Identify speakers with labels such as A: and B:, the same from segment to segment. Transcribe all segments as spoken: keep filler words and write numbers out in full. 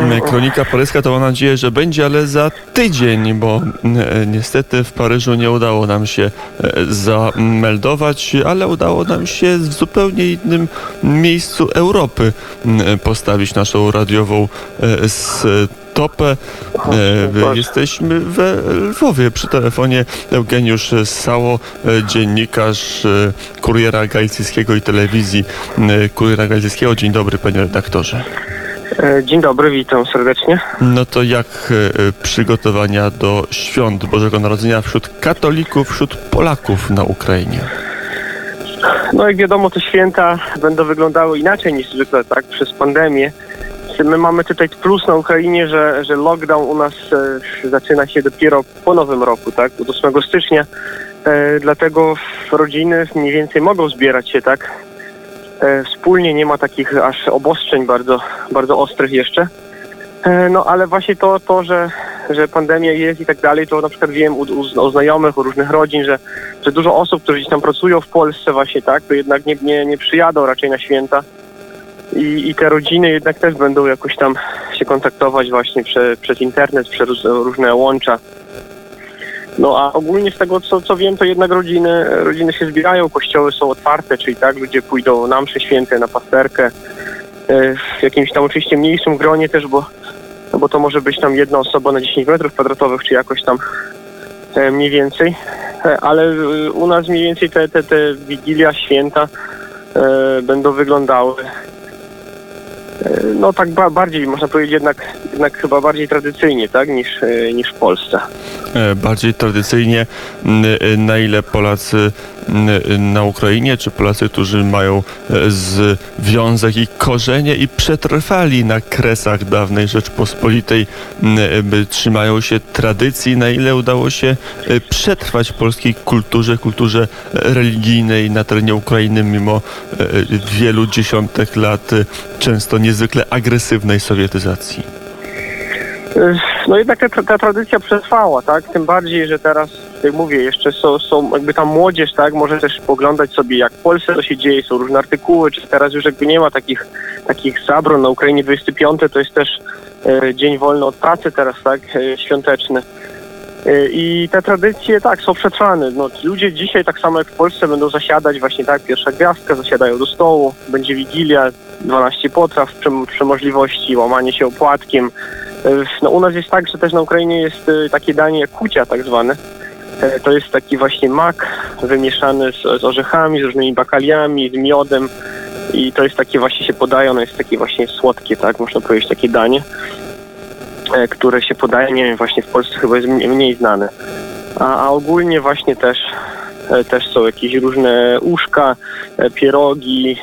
A: Kronika paryska, to mam nadzieję, że będzie, ale za tydzień, bo niestety w Paryżu nie udało nam się zameldować, ale udało nam się w zupełnie innym miejscu Europy postawić naszą radiową stopę. Jesteśmy we Lwowie. Przy telefonie Eugeniusz Sało, dziennikarz Kuriera Galicyjskiego i telewizji Kuriera Galicyjskiego. Dzień dobry, panie redaktorze.
B: Dzień dobry, witam serdecznie.
A: No to jak przygotowania do świąt Bożego Narodzenia wśród katolików, wśród Polaków na Ukrainie?
B: No jak wiadomo, te święta będą wyglądały inaczej niż zwykle, tak, przez pandemię. My mamy tutaj plus na Ukrainie, że, że lockdown u nas e, zaczyna się dopiero po nowym roku, tak, od ósmego stycznia. E, dlatego rodziny mniej więcej mogą zbierać się, tak, e, wspólnie, nie ma takich aż obostrzeń bardzo, bardzo ostrych jeszcze. E, no ale właśnie to, to że, że pandemia jest i tak dalej, to na przykład wiem u, u, u znajomych, u różnych rodzin, że, że dużo osób, którzy gdzieś tam pracują w Polsce właśnie, tak, to jednak nie, nie, nie przyjadą raczej na święta. I, I te rodziny jednak też będą jakoś tam się kontaktować właśnie prze, przez internet, przez różne łącza. No a ogólnie z tego, co, co wiem, to jednak rodziny, rodziny się zbierają, kościoły są otwarte, czyli tak, ludzie pójdą na msze święte, na pasterkę, w jakimś tam oczywiście mniejszym gronie też, bo, no bo to może być tam jedna osoba na dziesięć metrów kwadratowych, czy jakoś tam mniej więcej. Ale u nas mniej więcej te, te, te wigilia, święta będą wyglądały no tak ba- bardziej, można powiedzieć, jednak, jednak chyba bardziej tradycyjnie, tak, niż, niż w Polsce.
A: Bardziej tradycyjnie. Na ile Polacy na Ukrainie, czy Polacy, którzy mają związek i korzenie i przetrwali na kresach dawnej Rzeczpospolitej, trzymają się tradycji, na ile udało się przetrwać polskiej kulturze, kulturze religijnej na terenie Ukrainy, mimo wielu dziesiątek lat często niezwykle agresywnej sowietyzacji?
B: No jednak ta, ta tradycja przetrwała, tak? Tym bardziej, że teraz, jak mówię, jeszcze są, są jakby tam młodzież, tak? Może też poglądać sobie, jak w Polsce to się dzieje, są różne artykuły, czy teraz już jakby nie ma takich, takich zabron. Na Ukrainie dwudziestego piątego to jest też e, dzień wolny od pracy teraz, tak? E, świąteczny. E, I te tradycje, tak, są przetrwane. No, ludzie dzisiaj, tak samo jak w Polsce, będą zasiadać właśnie, tak? Pierwsza gwiazdka, zasiadają do stołu, będzie wigilia, dwanaście potraw przy, przy możliwości, łamanie się opłatkiem. No u nas jest tak, że też na Ukrainie jest takie danie jak kucia tak zwane. To jest taki właśnie mak wymieszany z, z orzechami, z różnymi bakaliami, z miodem i to jest takie właśnie się podaje, ono jest takie właśnie słodkie, tak, można powiedzieć, takie danie, które się podaje, nie wiem, właśnie w Polsce chyba jest mniej znane. A, a ogólnie właśnie też, też są jakieś różne uszka, pierogi,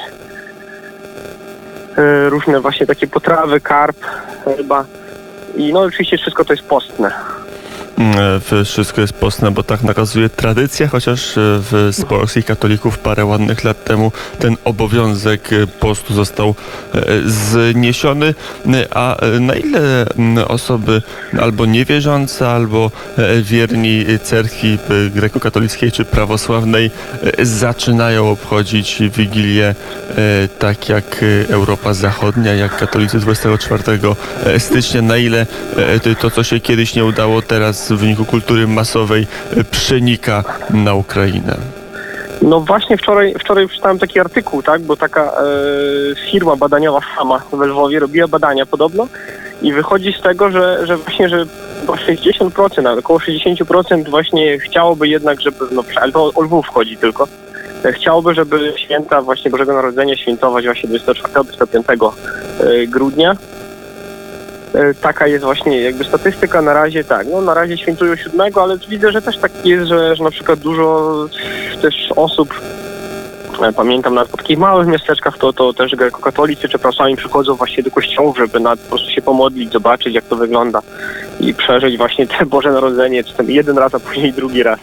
B: różne właśnie takie potrawy, karp, ryba. I no oczywiście wszystko to jest postne.
A: Wszystko jest postne, bo tak nakazuje tradycja, chociaż w, z polskich katolików parę ładnych lat temu ten obowiązek postu został zniesiony. A na ile osoby albo niewierzące, albo wierni cerkwi grekokatolickiej czy prawosławnej zaczynają obchodzić Wigilię tak jak Europa Zachodnia, jak katolicy dwudziestego czwartego stycznia? Na ile to, co się kiedyś nie udało, teraz w wyniku kultury masowej przenika na Ukrainę?
B: No właśnie wczoraj, wczoraj przeczytałem taki artykuł, tak, bo taka e, firma badaniowa sama w Lwowie robiła badania podobno i wychodzi z tego, że, że właśnie, że sześćdziesiąt procent, ale około sześćdziesiąt procent właśnie chciałoby jednak, żeby, no ale to o Lwów chodzi tylko, chciałoby, żeby święta właśnie Bożego Narodzenia świętować właśnie dwudziestego czwartego do dwudziestego piątego grudnia. Taka jest właśnie jakby statystyka na razie, tak, no na razie świętują siódmego, ale widzę, że też tak jest, że, że na przykład dużo też osób, pamiętam nawet po takich małych miasteczkach, to, to też grekokatolicy czy prawosławni przychodzą właśnie do kościołów, żeby na, po prostu się pomodlić, zobaczyć jak to wygląda i przeżyć właśnie te Boże Narodzenie, czy tam jeden raz, a później drugi raz.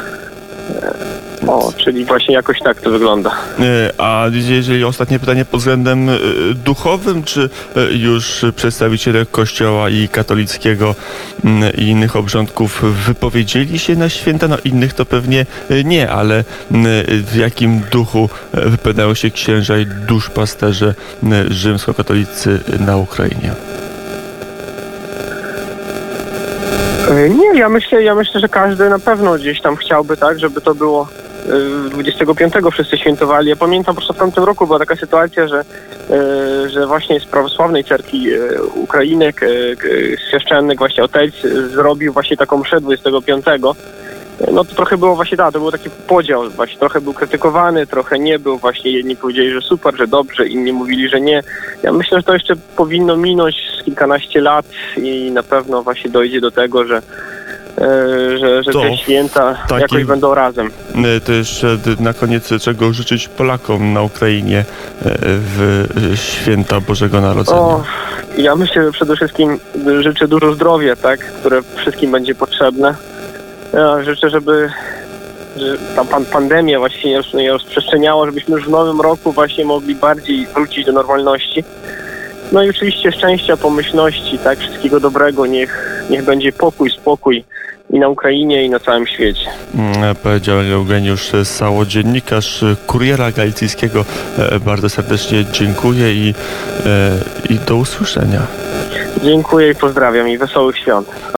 B: O, czyli właśnie jakoś tak to wygląda.
A: A jeżeli ostatnie pytanie pod względem duchowym, czy już przedstawiciele Kościoła i katolickiego i innych obrządków wypowiedzieli się na święta? No innych to pewnie nie, ale w jakim duchu wypowiadają się księża i duszpasterze rzymskokatolicy na Ukrainie?
B: Nie, ja myślę, ja myślę, że każdy na pewno gdzieś tam chciałby, tak, żeby to było y, dwudziestego piątego wszyscy świętowali. Ja pamiętam, po prostu w tamtym roku była taka sytuacja, że, y, że właśnie z prawosławnej cerkwi y, Ukrainek, y, y, świeszczennik właśnie ojciec y, zrobił właśnie taką mszę dwudziestego piątego. No to trochę było właśnie, tak, to był taki podział, właśnie trochę był krytykowany, trochę nie był, właśnie jedni powiedzieli, że super, że dobrze, inni mówili, że nie. Ja myślę, że to jeszcze powinno minąć z kilkanaście lat i na pewno właśnie dojdzie do tego, że, e, że, że
A: To
B: te święta
A: taki-
B: jakoś będą razem.
A: E, To jeszcze d- na koniec czego życzyć Polakom na Ukrainie e, w e, święta Bożego Narodzenia.
B: O, ja myślę, że przede wszystkim życzę dużo zdrowia, tak, które wszystkim będzie potrzebne. Ja życzę, żeby że ta pan, pandemia właśnie nie rozprzestrzeniała, żebyśmy już w nowym roku właśnie mogli bardziej wrócić do normalności. No i oczywiście szczęścia, pomyślności, tak, wszystkiego dobrego, niech, niech będzie pokój, spokój i na Ukrainie, i na całym świecie.
A: Mm, Powiedział Eugeniusz Sało, dziennikarz Kuriera Galicyjskiego. E, Bardzo serdecznie dziękuję i, e, i do usłyszenia.
B: Dziękuję i pozdrawiam i wesołych świąt.